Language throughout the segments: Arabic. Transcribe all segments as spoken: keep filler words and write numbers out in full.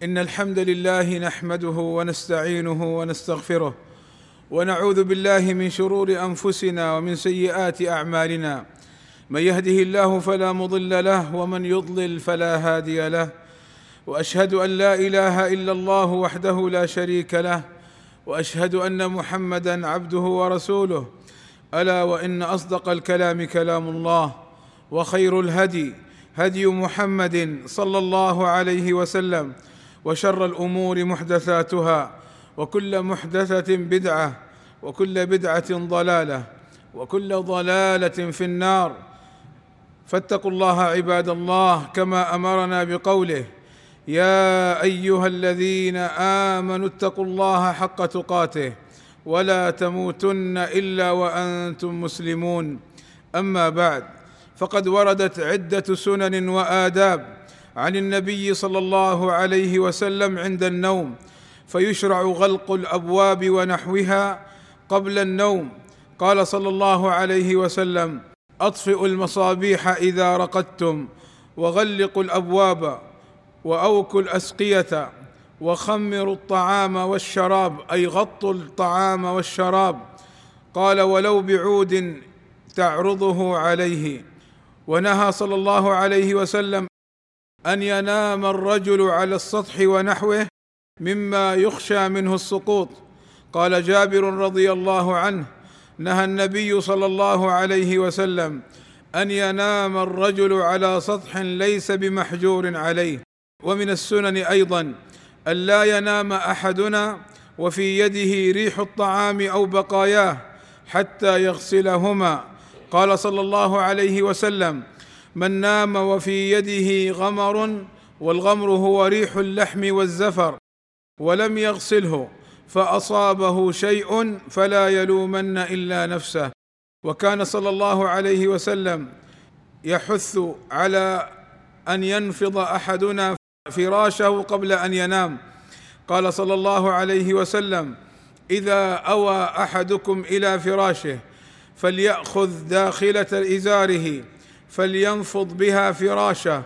إن الحمد لله نحمده ونستعينه ونستغفره ونعوذ بالله من شرور أنفسنا ومن سيئات أعمالنا. من يهده الله فلا مضل له ومن يضلل فلا هادي له، وأشهد أن لا إله إلا الله وحده لا شريك له، وأشهد أن محمدًا عبده ورسوله. ألا وإن أصدق الكلام كلام الله، وخير الهدي هدي محمد صلى الله عليه وسلم، وشر الأمور محدثاتها، وكل محدثة بدعة، وكل بدعة ضلالة، وكل ضلالة في النار. فاتقوا الله عباد الله كما أمرنا بقوله: يا أيها الذين آمنوا اتقوا الله حق تقاته ولا تموتن إلا وأنتم مسلمون. أما بعد، فقد وردت عدة سنن وآداب عن النبي صلى الله عليه وسلم عند النوم، فيشرع غلق الأبواب ونحوها قبل النوم. قال صلى الله عليه وسلم: أطفئوا المصابيح إذا رقدتم، وغلقوا الأبواب، وأوكوا الأسقية، وخمروا الطعام والشراب، أي غطوا الطعام والشراب. قال: ولو بعود تعرضه عليه. ونهى صلى الله عليه وسلم أن ينام الرجل على السطح ونحوه مما يخشى منه السقوط. قال جابر رضي الله عنه: نهى النبي صلى الله عليه وسلم أن ينام الرجل على سطح ليس بمحجور عليه. ومن السنن أيضا أن لا ينام أحدنا وفي يده ريح الطعام أو بقاياه حتى يغسلهما. قال صلى الله عليه وسلم: من نام وفي يده غمر، والغمر هو ريح اللحم والزفر، ولم يغسله فأصابه شيء فلا يلومن إلا نفسه. وكان صلى الله عليه وسلم يحث على أن ينفض أحدنا فراشه قبل أن ينام. قال صلى الله عليه وسلم: إذا أوى أحدكم إلى فراشه فليأخذ داخلة إزاره فلينفض بها فراشه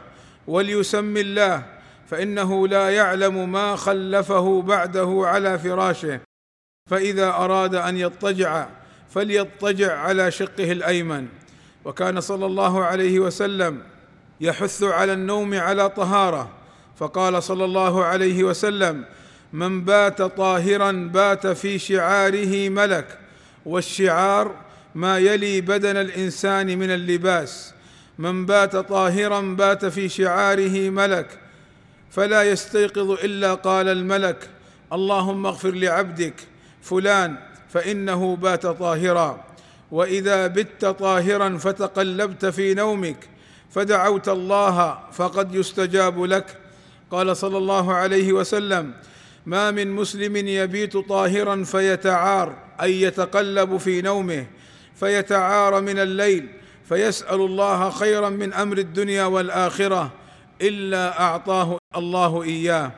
وليسم الله، فإنه لا يعلم ما خلفه بعده على فراشه. فإذا أراد أن يضطجع فليضطجع على شقه الأيمن. وكان صلى الله عليه وسلم يحث على النوم على طهارة، فقال صلى الله عليه وسلم: من بات طاهرا بات في شعاره ملك. والشعار ما يلي بدن الإنسان من اللباس. من بات طاهرا بات في شعاره ملك، فلا يستيقظ إلا قال الملك: اللهم اغفر لعبدك فلان فإنه بات طاهرا. وإذا بت طاهرا فتقلبت في نومك فدعوت الله فقد يستجاب لك. قال صلى الله عليه وسلم: ما من مسلم يبيت طاهرا فيتعار، أي يتقلب في نومه، فيتعار من الليل فيسأل الله خيرا من أمر الدنيا والآخرة إلا أعطاه الله إياه.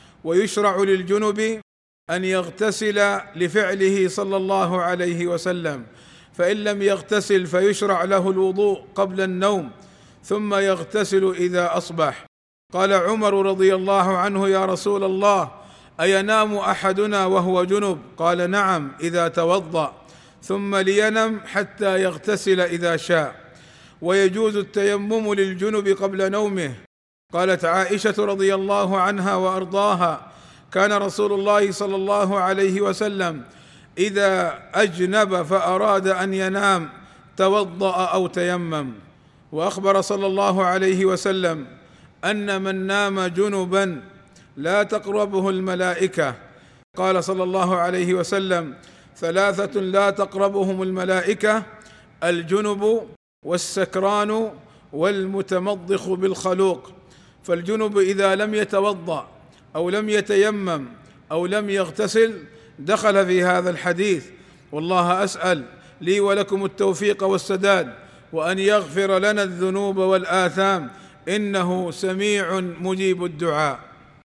ويشرع للجنب أن يغتسل لفعله صلى الله عليه وسلم، فإن لم يغتسل فيشرع له الوضوء قبل النوم، ثم يغتسل إذا أصبح. قال عمر رضي الله عنه: يا رسول الله، أينام أحدنا وهو جنب؟ قال: نعم، إذا توضأ، ثم لينم حتى يغتسل إذا شاء. ويجوز التيمم للجنب قبل نومه. قالت عائشة رضي الله عنها وأرضاها: كان رسول الله صلى الله عليه وسلم إذا أجنب فأراد أن ينام توضأ أو تيمم. وأخبر صلى الله عليه وسلم أن من نام جنبا لا تقربه الملائكة. قال صلى الله عليه وسلم: ثلاثة لا تقربهم الملائكة: الجنب والسكران والمتمضخ بالخلوق. فالجنب إذا لم يتوضأ أو لم يتيمم أو لم يغتسل دخل في هذا الحديث. والله أسأل لي ولكم التوفيق والسداد، وأن يغفر لنا الذنوب والآثام، إنه سميع مجيب الدعاء.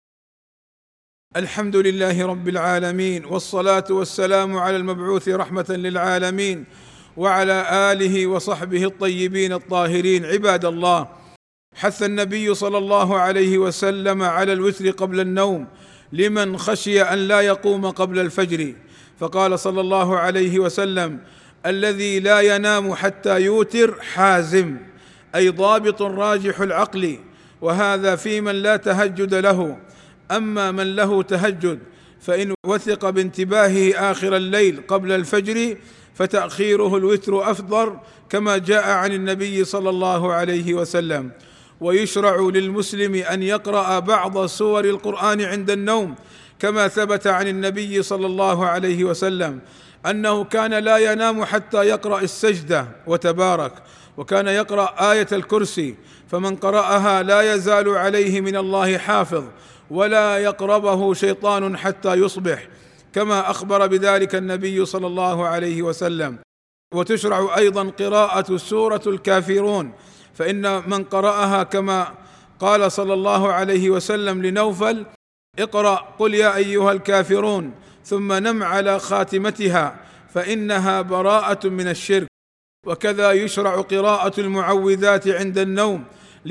الحمد لله رب العالمين، والصلاة والسلام على المبعوث رحمة للعالمين، وعلى آله وصحبه الطيبين الطاهرين. عباد الله، حث النبي صلى الله عليه وسلم على الوتر قبل النوم لمن خشي أن لا يقوم قبل الفجر، فقال صلى الله عليه وسلم: الذي لا ينام حتى يوتر حازم، أي ضابط راجح العقل، وهذا في من لا تهجد له. أما من له تهجد فإن وثق بانتباهه آخر الليل قبل الفجر فتأخيره الوتر أفضل، كما جاء عن النبي صلى الله عليه وسلم. ويشرع للمسلم أن يقرأ بعض سور القرآن عند النوم، كما ثبت عن النبي صلى الله عليه وسلم أنه كان لا ينام حتى يقرأ السجدة وتبارك، وكان يقرأ آية الكرسي، فمن قرأها لا يزال عليه من الله حافظ ولا يقربه شيطان حتى يصبح، كما أخبر بذلك النبي صلى الله عليه وسلم. وتشرع أيضا قراءة سورة الكافرون، فإن من قرأها كما قال صلى الله عليه وسلم لنوفل: اقرأ قل يا أيها الكافرون ثم نم على خاتمتها فإنها براءة من الشرك. وكذا يشرع قراءة المعوذات عند النوم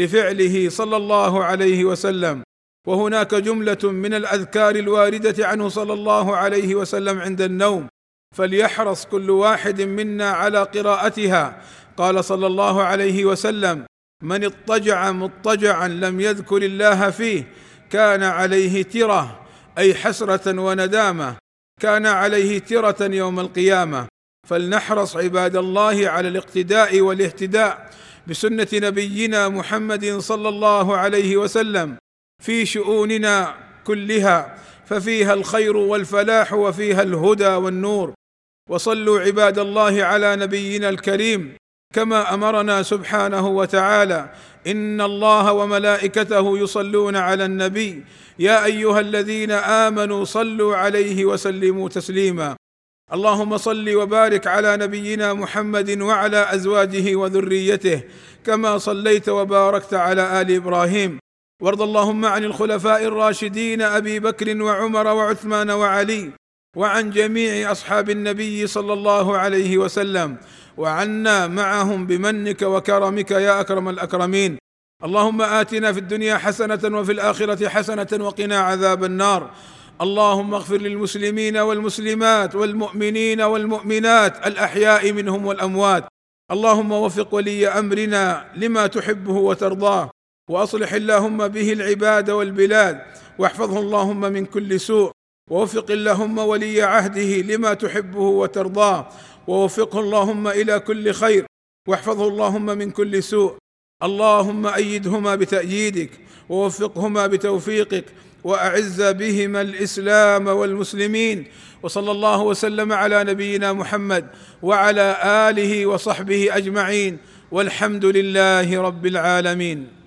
لفعله صلى الله عليه وسلم. وهناك جملة من الأذكار الواردة عنه صلى الله عليه وسلم عند النوم، فليحرص كل واحد منا على قراءتها. قال صلى الله عليه وسلم: من اضطجع مضطجعا لم يذكر الله فيه كان عليه ترة، أي حسرة وندامة، كان عليه ترة يوم القيامة. فلنحرص عباد الله على الاقتداء والاهتداء بسنة نبينا محمد صلى الله عليه وسلم في شؤوننا كلها، ففيها الخير والفلاح وفيها الهدى والنور. وصلوا عباد الله على نبينا الكريم كما أمرنا سبحانه وتعالى: إن الله وملائكته يصلون على النبي يا أيها الذين آمنوا صلوا عليه وسلموا تسليما. اللهم صل وبارك على نبينا محمد وعلى أزواجه وذريته كما صليت وباركت على آل إبراهيم. وارض اللهم عن الخلفاء الراشدين أبي بكر وعمر وعثمان وعلي، وعن جميع أصحاب النبي صلى الله عليه وسلم، وعنا معهم بمنك وكرمك يا أكرم الأكرمين. اللهم آتنا في الدنيا حسنة وفي الآخرة حسنة وقنا عذاب النار. اللهم اغفر للمسلمين والمسلمات والمؤمنين والمؤمنات الأحياء منهم والأموات. اللهم وفق ولي أمرنا لما تحبه وترضاه، وأصلح اللهم به العباد والبلاد، واحفظه اللهم من كل سوء، ووفق اللهم ولي عهده لما تحبه وترضاه، ووفقه اللهم إلى كل خير، واحفظه اللهم من كل سوء. اللهم أيدهما بتأييدك، ووفقهما بتوفيقك، وأعز بهما الإسلام والمسلمين. وصلى الله وسلم على نبينا محمد وعلى آله وصحبه أجمعين، والحمد لله رب العالمين.